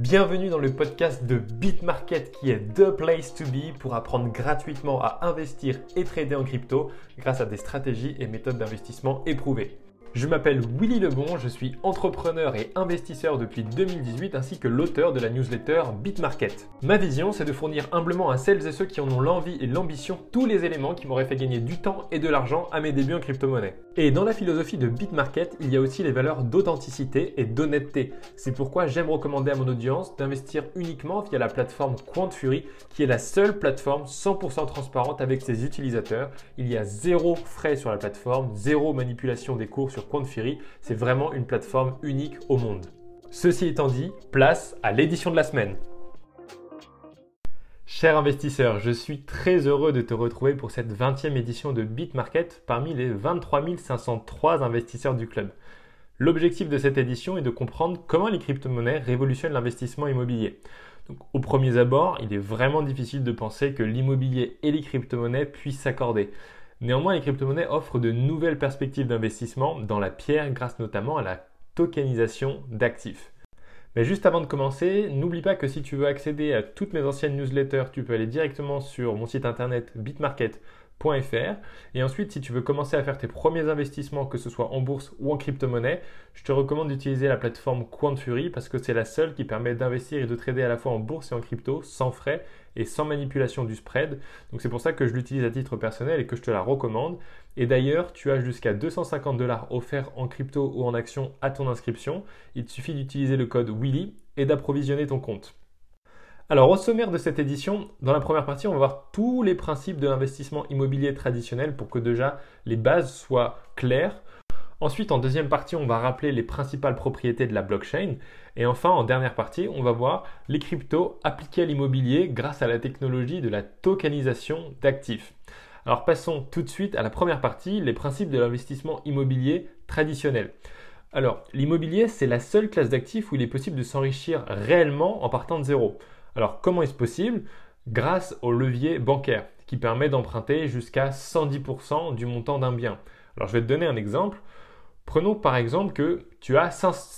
Bienvenue dans le podcast de BitMarket qui est the place to be pour apprendre gratuitement à investir et trader en crypto grâce à des stratégies et méthodes d'investissement éprouvées. Je m'appelle Willy Lebon, je suis entrepreneur et investisseur depuis 2018 ainsi que l'auteur de la newsletter BitMarket. Ma vision, c'est de fournir humblement à celles et ceux qui en ont l'envie et l'ambition tous les éléments qui m'auraient fait gagner du temps et de l'argent à mes débuts en crypto-monnaie. Et dans la philosophie de BitMarket, il y a aussi les valeurs d'authenticité et d'honnêteté. C'est pourquoi j'aime recommander à mon audience d'investir uniquement via la plateforme QuantFury qui est la seule plateforme 100% transparente avec ses utilisateurs. Il y a zéro frais sur la plateforme, zéro manipulation des cours sur QuantFury, c'est vraiment une plateforme unique au monde. Ceci étant dit, place à l'édition de la semaine. Cher investisseur, je suis très heureux de te retrouver pour cette 20e édition de BitMarket parmi les 23 503 investisseurs du club. L'objectif de cette édition est de comprendre comment les crypto-monnaies révolutionnent l'investissement immobilier. Donc, au premier abord, il est vraiment difficile de penser que l'immobilier et les crypto-monnaies puissent s'accorder. Néanmoins, les crypto-monnaies offrent de nouvelles perspectives d'investissement dans la pierre grâce notamment à la tokenisation d'actifs. Mais juste avant de commencer, n'oublie pas que si tu veux accéder à toutes mes anciennes newsletters, tu peux aller directement sur mon site internet bitmarket.fr et ensuite si tu veux commencer à faire tes premiers investissements, que ce soit en bourse ou en crypto-monnaie, je te recommande d'utiliser la plateforme QuantFury parce que c'est la seule qui permet d'investir et de trader à la fois en bourse et en crypto sans frais et sans manipulation du spread. Donc c'est pour ça que je l'utilise à titre personnel et que je te la recommande. Et d'ailleurs, tu as jusqu'à 250 $ offerts en crypto ou en action à ton inscription. Il te suffit d'utiliser le code WILLY et d'approvisionner ton compte. Alors au sommaire de cette édition, dans la première partie, on va voir tous les principes de l'investissement immobilier traditionnel pour que déjà les bases soient claires. Ensuite, en deuxième partie, on va rappeler les principales propriétés de la blockchain. Et enfin, en dernière partie, on va voir les cryptos appliqués à l'immobilier grâce à la technologie de la tokenisation d'actifs. Alors passons tout de suite à la première partie, les principes de l'investissement immobilier traditionnel. Alors, l'immobilier, c'est la seule classe d'actifs où il est possible de s'enrichir réellement en partant de zéro. Alors, comment est-ce possible? Grâce au levier bancaire qui permet d'emprunter jusqu'à 110% du montant d'un bien. Alors, je vais te donner un exemple. Prenons par exemple que tu as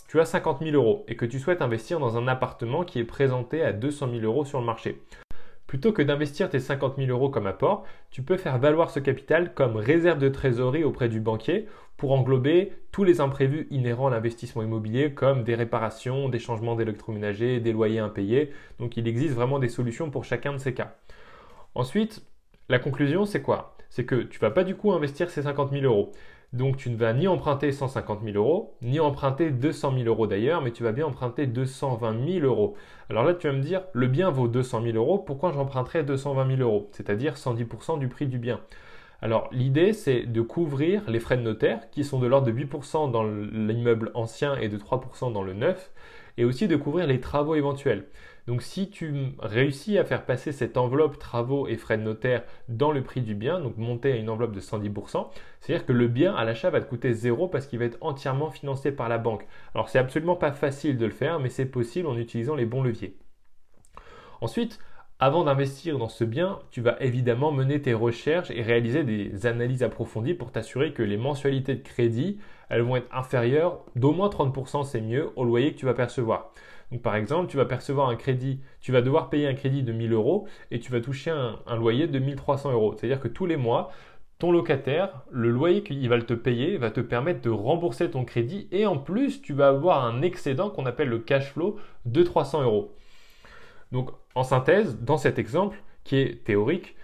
50 000 € et que tu souhaites investir dans un appartement qui est présenté à 200 000 € sur le marché. Plutôt que d'investir tes 50 000 € comme apport, tu peux faire valoir ce capital comme réserve de trésorerie auprès du banquier pour englober tous les imprévus inhérents à l'investissement immobilier comme des réparations, des changements d'électroménager, des loyers impayés. Donc il existe vraiment des solutions pour chacun de ces cas. Ensuite, la conclusion c'est quoi? C'est que tu ne vas pas du coup investir ces 50 000 €. Donc tu ne vas ni emprunter 150 000 €, ni emprunter 200 000 € d'ailleurs, mais tu vas bien emprunter 220 000 €. Alors là, tu vas me dire, le bien vaut 200 000 €, pourquoi j'emprunterais 220 000 €? C'est-à-dire 110% du prix du bien. Alors l'idée, c'est de couvrir les frais de notaire, qui sont de l'ordre de 8% dans l'immeuble ancien et de 3% dans le neuf, et aussi de couvrir les travaux éventuels. Donc si tu réussis à faire passer cette enveloppe travaux et frais de notaire dans le prix du bien, donc monter à une enveloppe de 110%, c'est-à-dire que le bien à l'achat va te coûter zéro parce qu'il va être entièrement financé par la banque. Alors c'est absolument pas facile de le faire, mais c'est possible en utilisant les bons leviers. Ensuite, avant d'investir dans ce bien, tu vas évidemment mener tes recherches et réaliser des analyses approfondies pour t'assurer que les mensualités de crédit, elles vont être inférieures d'au moins 30%, c'est mieux, au loyer que tu vas percevoir. Donc par exemple, tu vas percevoir un crédit, tu vas devoir payer un crédit de 1 000 € et tu vas toucher un loyer de 1 300 €. C'est-à-dire que tous les mois, ton locataire, le loyer qu'il va te payer va te permettre de rembourser ton crédit et en plus, tu vas avoir un excédent qu'on appelle le cash flow de 300 €. Donc en synthèse, dans cet exemple qui est théorique,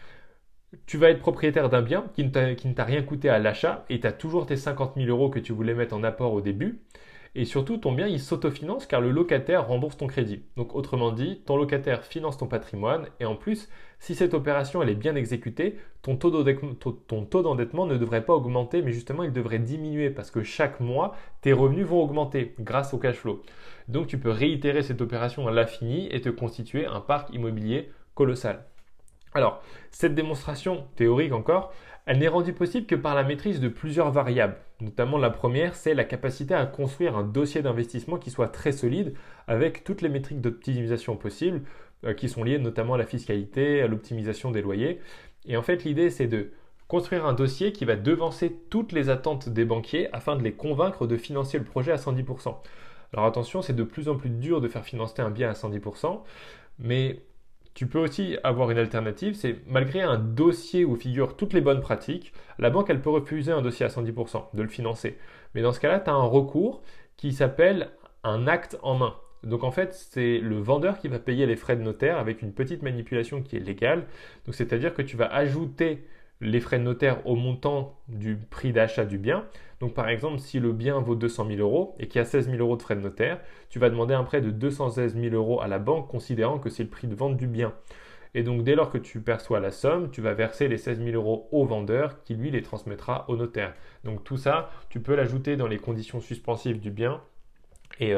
tu vas être propriétaire d'un bien qui ne t'a rien coûté à l'achat et tu as toujours tes 50 000 € que tu voulais mettre en apport au début. Et surtout, ton bien, il s'autofinance car le locataire rembourse ton crédit. Donc autrement dit, ton locataire finance ton patrimoine et en plus, si cette opération elle est bien exécutée, ton taux d'endettement ne devrait pas augmenter, mais justement, il devrait diminuer parce que chaque mois, tes revenus vont augmenter grâce au cash flow. Donc tu peux réitérer cette opération à l'infini et te constituer un parc immobilier colossal. Alors, cette démonstration théorique encore, elle n'est rendue possible que par la maîtrise de plusieurs variables. Notamment la première, c'est la capacité à construire un dossier d'investissement qui soit très solide avec toutes les métriques d'optimisation possibles qui sont liées notamment à la fiscalité, à l'optimisation des loyers. Et en fait, l'idée, c'est de construire un dossier qui va devancer toutes les attentes des banquiers afin de les convaincre de financer le projet à 110%. Alors attention, c'est de plus en plus dur de faire financer un bien à 110%, mais tu peux aussi avoir une alternative, c'est malgré un dossier où figurent toutes les bonnes pratiques, la banque elle peut refuser un dossier à 110% de le financer. Mais dans ce cas-là, tu as un recours qui s'appelle un acte en main. Donc en fait, c'est le vendeur qui va payer les frais de notaire avec une petite manipulation qui est légale. Donc c'est-à-dire que tu vas ajouter les frais de notaire au montant du prix d'achat du bien. Donc par exemple, si le bien vaut 200 000 euros et qu'il y a 16 000 euros de frais de notaire, tu vas demander un prêt de 216 000 euros à la banque considérant que c'est le prix de vente du bien. Et donc dès lors que tu perçois la somme, tu vas verser les 16 000 euros au vendeur qui lui les transmettra au notaire. Donc tout ça, tu peux l'ajouter dans les conditions suspensives du bien et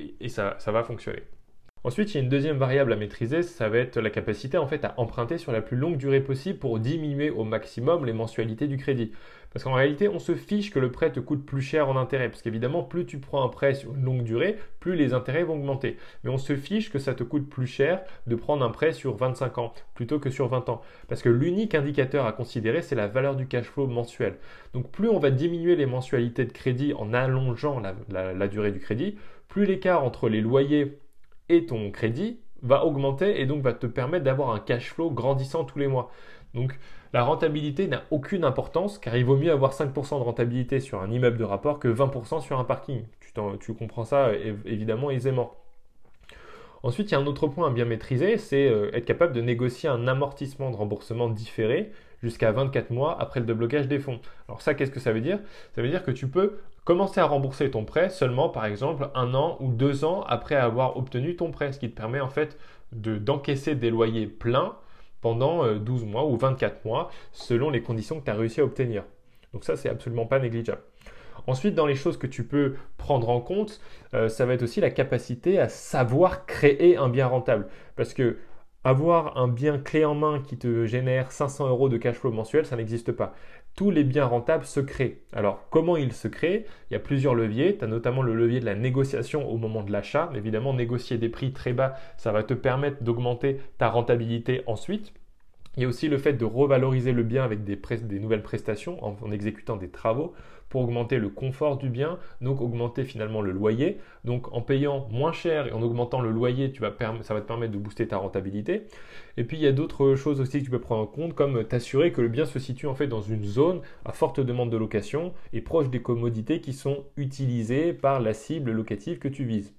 ça va fonctionner. Ensuite, il y a une deuxième variable à maîtriser, ça va être la capacité en fait à emprunter sur la plus longue durée possible pour diminuer au maximum les mensualités du crédit. Parce qu'en réalité, on se fiche que le prêt te coûte plus cher en intérêt. Parce qu'évidemment, plus tu prends un prêt sur une longue durée, plus les intérêts vont augmenter. Mais on se fiche que ça te coûte plus cher de prendre un prêt sur 25 ans plutôt que sur 20 ans. Parce que l'unique indicateur à considérer, c'est la valeur du cash flow mensuel. Donc plus on va diminuer les mensualités de crédit en allongeant la durée du crédit, plus l'écart entre les loyers et ton crédit va augmenter et donc va te permettre d'avoir un cash flow grandissant tous les mois. Donc la rentabilité n'a aucune importance car il vaut mieux avoir 5% de rentabilité sur un immeuble de rapport que 20% sur un parking. Tu comprends ça évidemment aisément. Ensuite, il y a un autre point à bien maîtriser, c'est être capable de négocier un amortissement de remboursement différé jusqu'à 24 mois après le déblocage des fonds. Alors ça, qu'est-ce que ça veut dire? Ça veut dire que tu peux commencer à rembourser ton prêt seulement, par exemple, 1 an ou 2 ans après avoir obtenu ton prêt, ce qui te permet en fait d'encaisser des loyers pleins pendant 12 mois ou 24 mois selon les conditions que tu as réussi à obtenir. Donc ça, c'est absolument pas négligeable. Ensuite, dans les choses que tu peux prendre en compte, ça va être aussi la capacité à savoir créer un bien rentable. Parce que avoir un bien clé en main qui te génère 500 euros de cash flow mensuel, ça n'existe pas. Tous les biens rentables se créent. Alors, comment ils se créent? Il y a plusieurs leviers. Tu as notamment le levier de la négociation au moment de l'achat. Évidemment, négocier des prix très bas, ça va te permettre d'augmenter ta rentabilité ensuite. Il y a aussi le fait de revaloriser le bien avec des nouvelles prestations en exécutant des travaux pour augmenter le confort du bien, donc augmenter finalement le loyer. Donc en payant moins cher et en augmentant le loyer, ça va te permettre de booster ta rentabilité. Et puis il y a d'autres choses aussi que tu peux prendre en compte, comme t'assurer que le bien se situe en fait dans une zone à forte demande de location et proche des commodités qui sont utilisées par la cible locative que tu vises.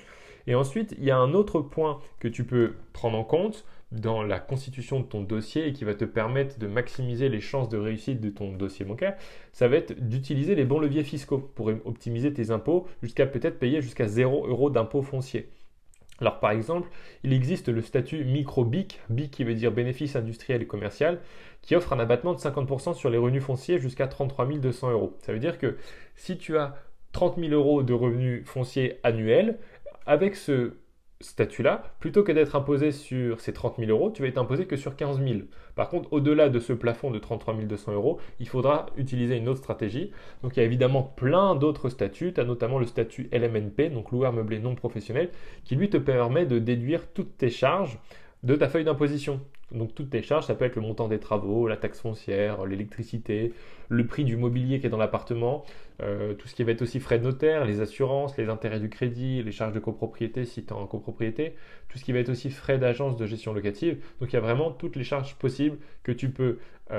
Et ensuite, il y a un autre point que tu peux prendre en compte dans la constitution de ton dossier et qui va te permettre de maximiser les chances de réussite de ton dossier bancaire, ça va être d'utiliser les bons leviers fiscaux pour optimiser tes impôts jusqu'à peut-être payer jusqu'à 0 € d'impôt foncier. Alors par exemple, il existe le statut micro-BIC, BIC qui veut dire bénéfice industriel et commercial, qui offre un abattement de 50% sur les revenus fonciers jusqu'à 33 200 euros. Ça veut dire que si tu as 30 000 euros de revenus fonciers annuels, avec ce statut-là, plutôt que d'être imposé sur ces 30 000 euros, tu vas être imposé que sur 15 000. Par contre, au-delà de ce plafond de 33 200 euros, il faudra utiliser une autre stratégie. Donc il y a évidemment plein d'autres statuts. Tu as notamment le statut LMNP, donc loueur meublé non professionnel, qui lui te permet de déduire toutes tes charges de ta feuille d'imposition. Donc toutes tes charges, ça peut être le montant des travaux, la taxe foncière, l'électricité, le prix du mobilier qui est dans l'appartement, tout ce qui va être aussi frais de notaire, les assurances, les intérêts du crédit, les charges de copropriété si tu es en copropriété, tout ce qui va être aussi frais d'agence de gestion locative. Donc il y a vraiment toutes les charges possibles que tu peux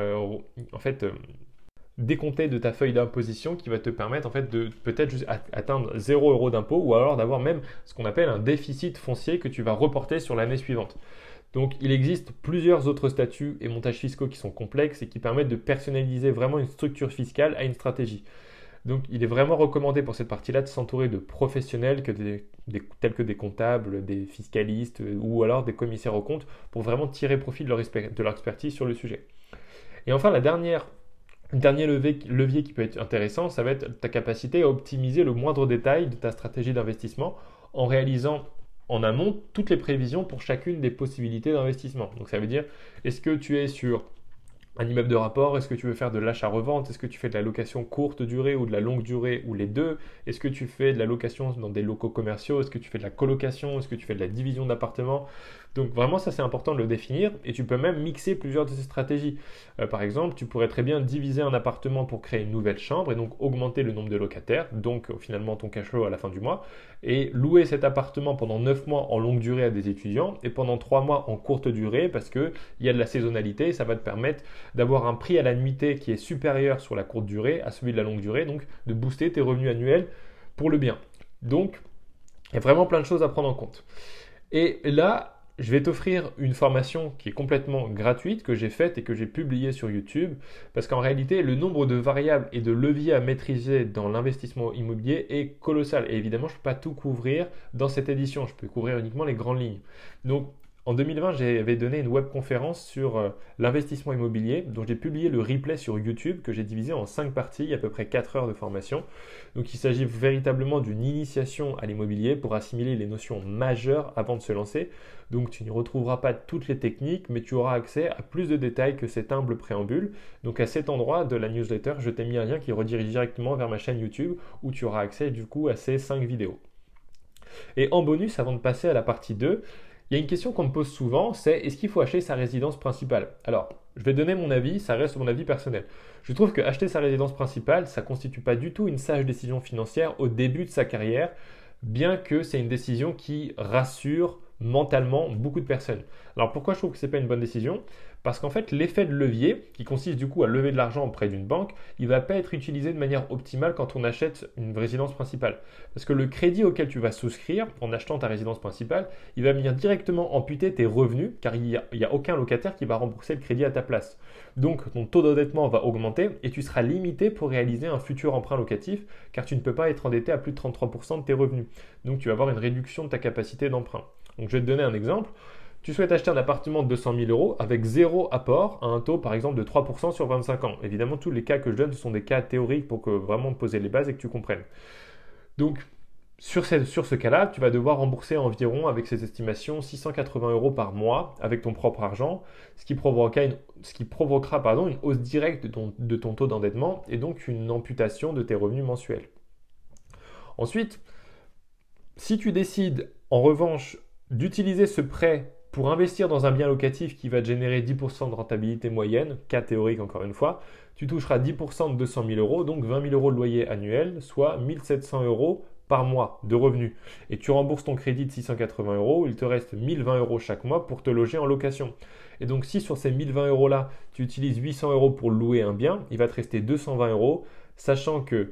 décompter de ta feuille d'imposition qui va te permettre en fait de peut-être juste atteindre 0 € d'impôt ou alors d'avoir même ce qu'on appelle un déficit foncier que tu vas reporter sur l'année suivante. Donc il existe plusieurs autres statuts et montages fiscaux qui sont complexes et qui permettent de personnaliser vraiment une structure fiscale à une stratégie. Donc il est vraiment recommandé pour cette partie-là de s'entourer de professionnels tels que des comptables, des fiscalistes ou alors des commissaires aux comptes pour vraiment tirer profit de leur expertise sur le sujet. Et enfin le dernier levier qui peut être intéressant, ça va être ta capacité à optimiser le moindre détail de ta stratégie d'investissement en réalisant en amont toutes les prévisions pour chacune des possibilités d'investissement. Donc ça veut dire, est-ce que tu es sur un immeuble de rapport, est-ce que tu veux faire de l'achat-revente, est-ce que tu fais de la location courte durée ou de la longue durée ou les deux, est-ce que tu fais de la location dans des locaux commerciaux, est-ce que tu fais de la colocation, est-ce que tu fais de la division d'appartements. Donc vraiment ça c'est important de le définir et tu peux même mixer plusieurs de ces stratégies. Par exemple, tu pourrais très bien diviser un appartement pour créer une nouvelle chambre et donc augmenter le nombre de locataires, donc finalement ton cash flow à la fin du mois, et louer cet appartement pendant 9 mois en longue durée à des étudiants et pendant 3 mois en courte durée parce qu'il y a de la saisonnalité et ça va te permettre d'avoir un prix à la nuitée qui est supérieur sur la courte durée à celui de la longue durée, donc de booster tes revenus annuels pour le bien. Donc, il y a vraiment plein de choses à prendre en compte. Et là, je vais t'offrir une formation qui est complètement gratuite, que j'ai faite et que j'ai publiée sur YouTube, parce qu'en réalité, le nombre de variables et de leviers à maîtriser dans l'investissement immobilier est colossal. Et évidemment, je ne peux pas tout couvrir dans cette édition, je peux couvrir uniquement les grandes lignes. Donc, en 2020, j'avais donné une webconférence sur l'investissement immobilier, dont j'ai publié le replay sur YouTube, que j'ai divisé en 5 parties, à peu près 4 heures de formation. Donc il s'agit véritablement d'une initiation à l'immobilier pour assimiler les notions majeures avant de se lancer. Donc tu n'y retrouveras pas toutes les techniques, mais tu auras accès à plus de détails que cet humble préambule. Donc à cet endroit de la newsletter, je t'ai mis un lien qui redirige directement vers ma chaîne YouTube, où tu auras accès du coup à ces 5 vidéos. Et en bonus, avant de passer à la partie 2, il y a une question qu'on me pose souvent, c'est est-ce qu'il faut acheter sa résidence principale? Alors, je vais donner mon avis, ça reste mon avis personnel. Je trouve que acheter sa résidence principale, ça ne constitue pas du tout une sage décision financière au début de sa carrière, bien que c'est une décision qui rassure mentalement beaucoup de personnes. Alors pourquoi je trouve que ce n'est pas une bonne décision? Parce qu'en fait, l'effet de levier, qui consiste du coup à lever de l'argent auprès d'une banque, il ne va pas être utilisé de manière optimale quand on achète une résidence principale. Parce que le crédit auquel tu vas souscrire en achetant ta résidence principale, il va venir directement amputer tes revenus, car il n'y a aucun locataire qui va rembourser le crédit à ta place. Donc ton taux d'endettement va augmenter et tu seras limité pour réaliser un futur emprunt locatif, car tu ne peux pas être endetté à plus de 33% de tes revenus. Donc tu vas avoir une réduction de ta capacité d'emprunt. Donc je vais te donner un exemple. Tu souhaites acheter un appartement de 200 000 euros avec zéro apport à un taux par exemple de 3% sur 25 ans. Évidemment, tous les cas que je donne, ce sont des cas théoriques pour que vraiment poser les bases et que tu comprennes. Donc, sur ce cas-là, tu vas devoir rembourser environ, avec ces estimations, 680 euros par mois avec ton propre argent, ce qui provoquera une hausse directe de ton taux d'endettement et donc une amputation de tes revenus mensuels. Ensuite, si tu décides en revanche d'utiliser ce prêt pour investir dans un bien locatif qui va te générer 10% de rentabilité moyenne, cas théorique encore une fois, tu toucheras 10% de 200 000 euros, donc 20 000 euros de loyer annuel, soit 1 700 euros par mois de revenus. Et tu rembourses ton crédit de 680 euros, il te reste 1 020 euros chaque mois pour te loger en location. Et donc si sur ces 1 020 euros là, tu utilises 800 euros pour louer un bien, il va te rester 220 euros, sachant que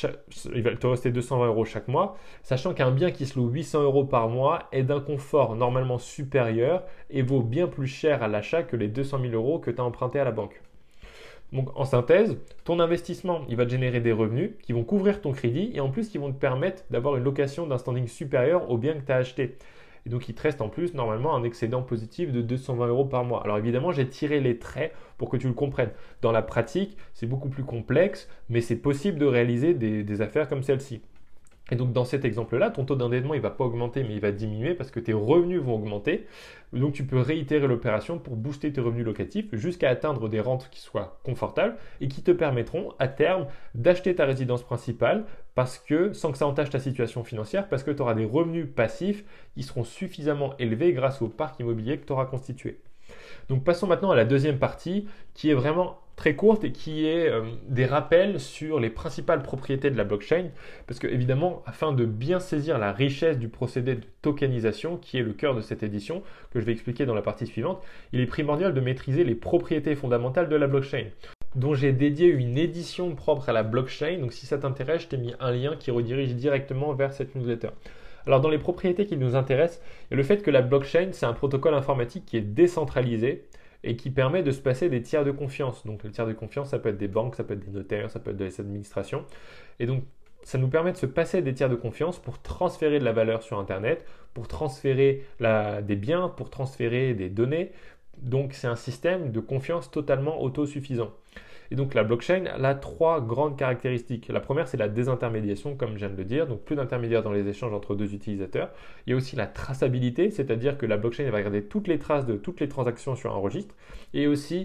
il va te rester 220 euros chaque mois, sachant qu'un bien qui se loue 800 euros par mois est d'un confort normalement supérieur et vaut bien plus cher à l'achat que les 200 000 euros que tu as emprunté à la banque. Donc en synthèse, ton investissement, il va te générer des revenus qui vont couvrir ton crédit et en plus qui vont te permettre d'avoir une location d'un standing supérieur au bien que tu as acheté. Et donc, il te reste en plus normalement un excédent positif de 220 euros par mois. Alors évidemment, j'ai tiré les traits pour que tu le comprennes. Dans la pratique, c'est beaucoup plus complexe, mais c'est possible de réaliser des affaires comme celle-ci. Et donc dans cet exemple-là, ton taux d'endettement, il ne va pas augmenter, mais il va diminuer parce que tes revenus vont augmenter. Donc tu peux réitérer l'opération pour booster tes revenus locatifs jusqu'à atteindre des rentes qui soient confortables et qui te permettront à terme d'acheter ta résidence principale parce que, sans que ça entache ta situation financière, parce que tu auras des revenus passifs qui seront suffisamment élevés grâce au parc immobilier que tu auras constitué. Donc passons maintenant à la deuxième partie qui est vraiment très courte et qui est des rappels sur les principales propriétés de la blockchain. Parce que évidemment, afin de bien saisir la richesse du procédé de tokenisation, qui est le cœur de cette édition, que je vais expliquer dans la partie suivante, il est primordial de maîtriser les propriétés fondamentales de la blockchain, dont j'ai dédié une édition propre à la blockchain. Donc si ça t'intéresse, je t'ai mis un lien qui redirige directement vers cette newsletter. Alors dans les propriétés qui nous intéressent, il y a le fait que la blockchain, c'est un protocole informatique qui est décentralisé et qui permet de se passer des tiers de confiance. Donc les tiers de confiance, ça peut être des banques, ça peut être des notaires, ça peut être des administrations. Et donc ça nous permet de se passer des tiers de confiance pour transférer de la valeur sur Internet, pour transférer des biens, pour transférer des données. Donc c'est un système de confiance totalement autosuffisant. Et donc la blockchain elle a trois grandes caractéristiques. La première, c'est la désintermédiation, comme je viens de le dire, donc plus d'intermédiaires dans les échanges entre deux utilisateurs. Il y a aussi la traçabilité, c'est-à-dire que la blockchain elle va garder toutes les traces de toutes les transactions sur un registre. Et aussi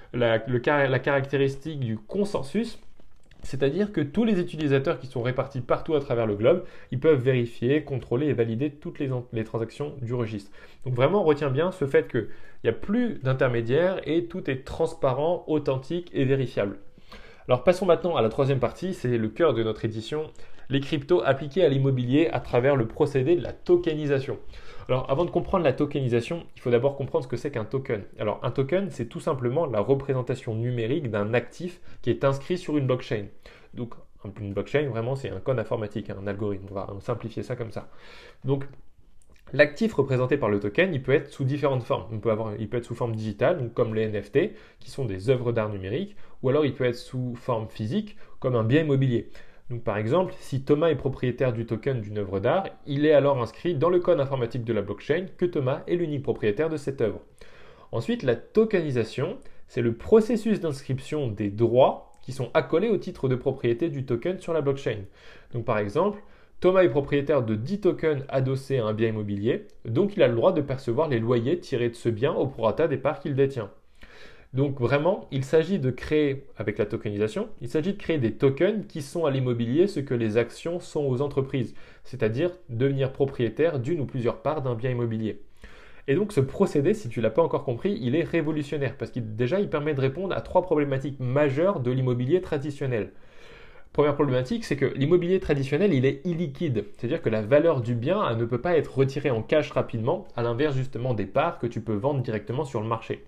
la caractéristique du consensus. C'est-à-dire que tous les utilisateurs qui sont répartis partout à travers le globe, ils peuvent vérifier, contrôler et valider toutes les transactions du registre. Donc vraiment, on retient bien ce fait qu'il n'y a plus d'intermédiaires et tout est transparent, authentique et vérifiable. Alors passons maintenant à la troisième partie, c'est le cœur de notre édition, les cryptos appliqués à l'immobilier à travers le procédé de la tokenisation. Alors avant de comprendre la tokenisation, il faut d'abord comprendre ce que c'est qu'un token. Alors un token, c'est tout simplement la représentation numérique d'un actif qui est inscrit sur une blockchain. Donc une blockchain, vraiment, c'est un code informatique, un algorithme. On va simplifier ça comme ça. Donc l'actif représenté par le token, il peut être sous différentes formes. Il peut être sous forme digitale, donc comme les NFT, qui sont des œuvres d'art numérique, ou alors il peut être sous forme physique, comme un bien immobilier. Donc par exemple, si Thomas est propriétaire du token d'une œuvre d'art, il est alors inscrit dans le code informatique de la blockchain que Thomas est l'unique propriétaire de cette œuvre. Ensuite, la tokenisation, c'est le processus d'inscription des droits qui sont accolés au titre de propriété du token sur la blockchain. Donc par exemple, Thomas est propriétaire de 10 tokens adossés à un bien immobilier, donc il a le droit de percevoir les loyers tirés de ce bien au prorata des parts qu'il détient. Donc vraiment, il s'agit de créer, avec la tokenisation, il s'agit de créer des tokens qui sont à l'immobilier ce que les actions sont aux entreprises, c'est-à-dire devenir propriétaire d'une ou plusieurs parts d'un bien immobilier. Et donc ce procédé, si tu ne l'as pas encore compris, il est révolutionnaire parce qu'il permet de répondre à 3 problématiques majeures de l'immobilier traditionnel. Première problématique, c'est que l'immobilier traditionnel, il est illiquide. C'est-à-dire que la valeur du bien ne peut pas être retirée en cash rapidement, à l'inverse justement des parts que tu peux vendre directement sur le marché.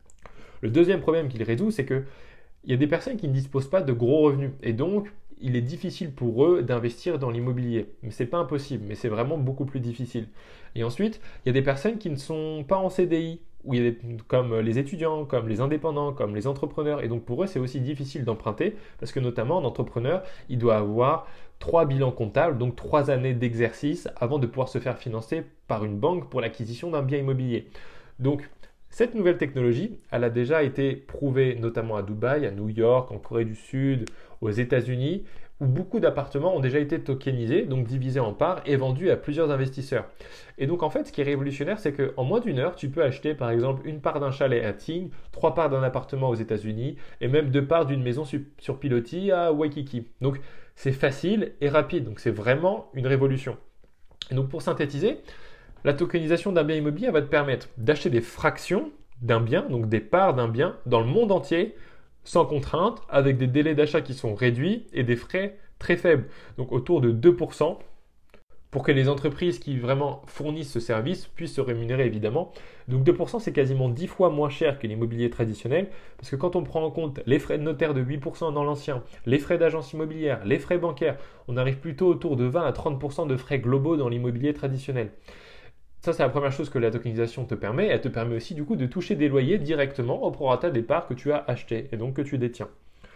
Le deuxième problème qu'il résout, c'est qu'il y a des personnes qui ne disposent pas de gros revenus. Et donc, il est difficile pour eux d'investir dans l'immobilier. Mais ce n'est pas impossible, mais c'est vraiment beaucoup plus difficile. Et ensuite, il y a des personnes qui ne sont pas en CDI, comme les étudiants, comme les indépendants, comme les entrepreneurs. Et donc pour eux, c'est aussi difficile d'emprunter parce que notamment un entrepreneur, il doit avoir 3 bilans comptables, donc 3 années d'exercice avant de pouvoir se faire financer par une banque pour l'acquisition d'un bien immobilier. Donc cette nouvelle technologie, elle a déjà été prouvée notamment à Dubaï, à New York, en Corée du Sud, aux États-Unis, où beaucoup d'appartements ont déjà été tokenisés, donc divisés en parts et vendus à plusieurs investisseurs. Et donc en fait, ce qui est révolutionnaire, c'est qu'en moins d'une heure, tu peux acheter par exemple une part d'un chalet à Tignes, 3 parts d'un appartement aux États-Unis et même 2 parts d'une maison sur pilotis à Waikiki. Donc c'est facile et rapide, donc c'est vraiment une révolution. Et donc pour synthétiser, la tokenisation d'un bien immobilier va te permettre d'acheter des fractions d'un bien, donc des parts d'un bien, dans le monde entier, sans contrainte, avec des délais d'achat qui sont réduits et des frais très faibles, donc autour de 2%, pour que les entreprises qui vraiment fournissent ce service puissent se rémunérer évidemment. Donc 2%, c'est quasiment 10 fois moins cher que l'immobilier traditionnel, parce que quand on prend en compte les frais de notaire de 8% dans l'ancien, les frais d'agence immobilière, les frais bancaires, on arrive plutôt autour de 20 à 30% de frais globaux dans l'immobilier traditionnel. Ça, c'est la première chose que la tokenisation te permet. Elle te permet aussi du coup de toucher des loyers directement au prorata des parts que tu as achetées et donc que tu détiens.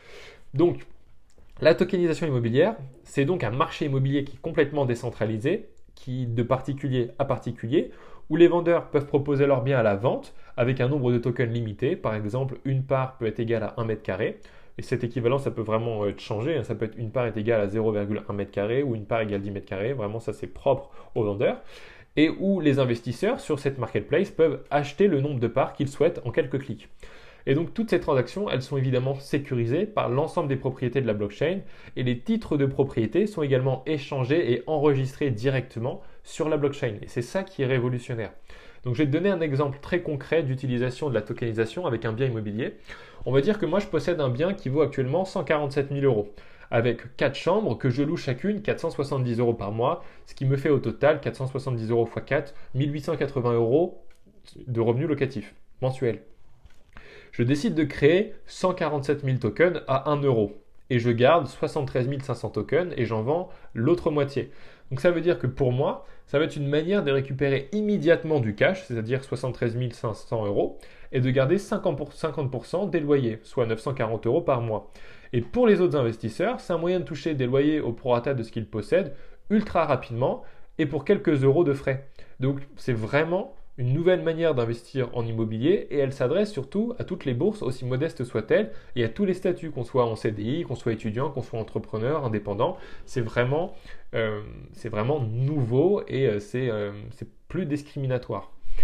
Donc, la tokenisation immobilière, c'est donc un marché immobilier qui est complètement décentralisé, qui de particulier à particulier, où les vendeurs peuvent proposer leurs biens à la vente avec un nombre de tokens limité. Par exemple, une part peut être égale à 1 mètre carré. Et cette équivalence, ça peut vraiment changer. Ça peut être une part est égale à 0,1 mètre carré ou une part égale 10 mètres carrés. Vraiment, ça, c'est propre aux vendeurs. Et où les investisseurs sur cette marketplace peuvent acheter le nombre de parts qu'ils souhaitent en quelques clics. Et donc toutes ces transactions, elles sont évidemment sécurisées par l'ensemble des propriétés de la blockchain et les titres de propriété sont également échangés et enregistrés directement sur la blockchain. Et c'est ça qui est révolutionnaire. Donc je vais te donner un exemple très concret d'utilisation de la tokenisation avec un bien immobilier. On va dire que moi je possède un bien qui vaut actuellement 147 000 euros. Avec 4 chambres que je loue chacune 470 euros par mois, ce qui me fait au total 470 euros x 4, 1880 euros de revenus locatifs mensuels. Je décide de créer 147 000 tokens à 1 euro et je garde 73 500 tokens et j'en vends l'autre moitié. Donc ça veut dire que pour moi, ça va être une manière de récupérer immédiatement du cash, c'est-à-dire 73 500 euros, et de garder 50% des loyers, soit 940 euros par mois. Et pour les autres investisseurs, c'est un moyen de toucher des loyers au prorata de ce qu'ils possèdent ultra rapidement et pour quelques euros de frais. Donc c'est vraiment une nouvelle manière d'investir en immobilier et elle s'adresse surtout à toutes les bourses, aussi modestes soient-elles, et à tous les statuts, qu'on soit en CDI, qu'on soit étudiant, qu'on soit entrepreneur, indépendant. C'est vraiment nouveau et c'est plus discriminatoire.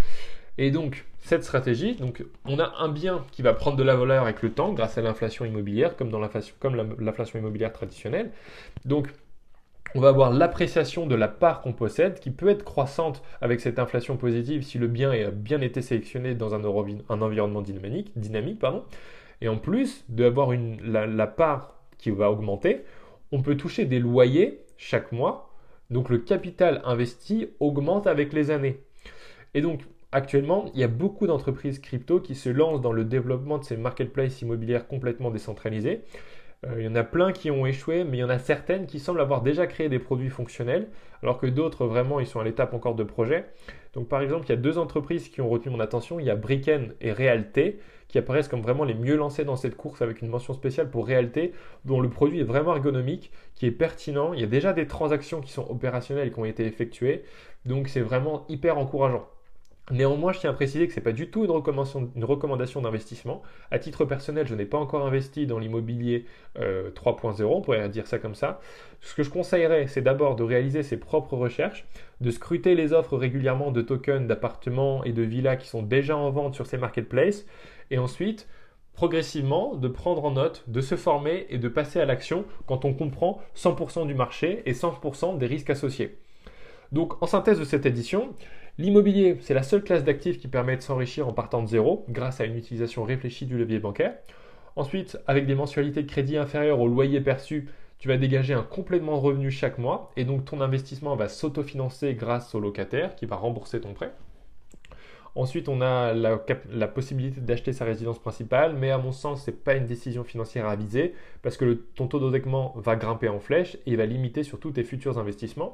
Et donc, cette stratégie, donc, on a un bien qui va prendre de la valeur avec le temps grâce à l'inflation immobilière, comme l'inflation immobilière traditionnelle. Donc, on va avoir l'appréciation de la part qu'on possède qui peut être croissante avec cette inflation positive si le bien a bien été sélectionné dans un environnement dynamique. Et en plus d'avoir la part qui va augmenter, on peut toucher des loyers chaque mois. Donc le capital investi augmente avec les années. Et donc actuellement, il y a beaucoup d'entreprises crypto qui se lancent dans le développement de ces marketplaces immobilières complètement décentralisées. Il y en a plein qui ont échoué, mais il y en a certaines qui semblent avoir déjà créé des produits fonctionnels, alors que d'autres, vraiment, ils sont à l'étape encore de projet. Donc, par exemple, il y a 2 entreprises qui ont retenu mon attention. Il y a Bricken et Realté, qui apparaissent comme vraiment les mieux lancés dans cette course, avec une mention spéciale pour Realté, dont le produit est vraiment ergonomique, qui est pertinent. Il y a déjà des transactions qui sont opérationnelles et qui ont été effectuées. Donc, c'est vraiment hyper encourageant. Néanmoins, je tiens à préciser que ce n'est pas du tout une recommandation d'investissement. À titre personnel, je n'ai pas encore investi dans l'immobilier 3.0, on pourrait dire ça comme ça. Ce que je conseillerais, c'est d'abord de réaliser ses propres recherches, de scruter les offres régulièrement de tokens, d'appartements et de villas qui sont déjà en vente sur ces marketplaces, et ensuite, progressivement, de prendre en note, de se former et de passer à l'action quand on comprend 100% du marché et 100% des risques associés. Donc, en synthèse de cette édition, l'immobilier, c'est la seule classe d'actifs qui permet de s'enrichir en partant de zéro grâce à une utilisation réfléchie du levier bancaire. Ensuite, avec des mensualités de crédit inférieures au loyer perçu, tu vas dégager un complément de revenu chaque mois et donc ton investissement va s'autofinancer grâce au locataire qui va rembourser ton prêt. Ensuite, on a la possibilité d'acheter sa résidence principale, mais à mon sens, ce n'est pas une décision financière à viser parce que ton taux d'endettement va grimper en flèche et il va limiter surtout tes futurs investissements.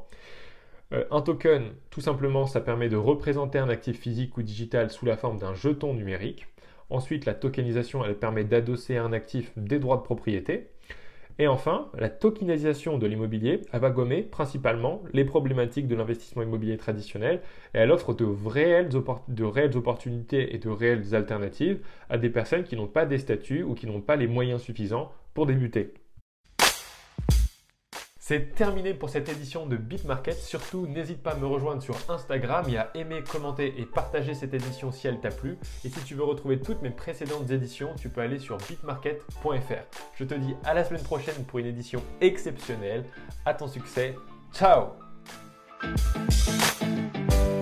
Un token, tout simplement, ça permet de représenter un actif physique ou digital sous la forme d'un jeton numérique. Ensuite, la tokenisation, elle permet d'adosser à un actif des droits de propriété. Et enfin, la tokenisation de l'immobilier, elle va gommer principalement les problématiques de l'investissement immobilier traditionnel et elle offre de réelles opportunités et de réelles alternatives à des personnes qui n'ont pas des statuts ou qui n'ont pas les moyens suffisants pour débuter. C'est terminé pour cette édition de BitMarket. Surtout, n'hésite pas à me rejoindre sur Instagram et à aimer, commenter et partager cette édition si elle t'a plu. Et si tu veux retrouver toutes mes précédentes éditions, tu peux aller sur bitmarket.fr. Je te dis à la semaine prochaine pour une édition exceptionnelle. À ton succès. Ciao!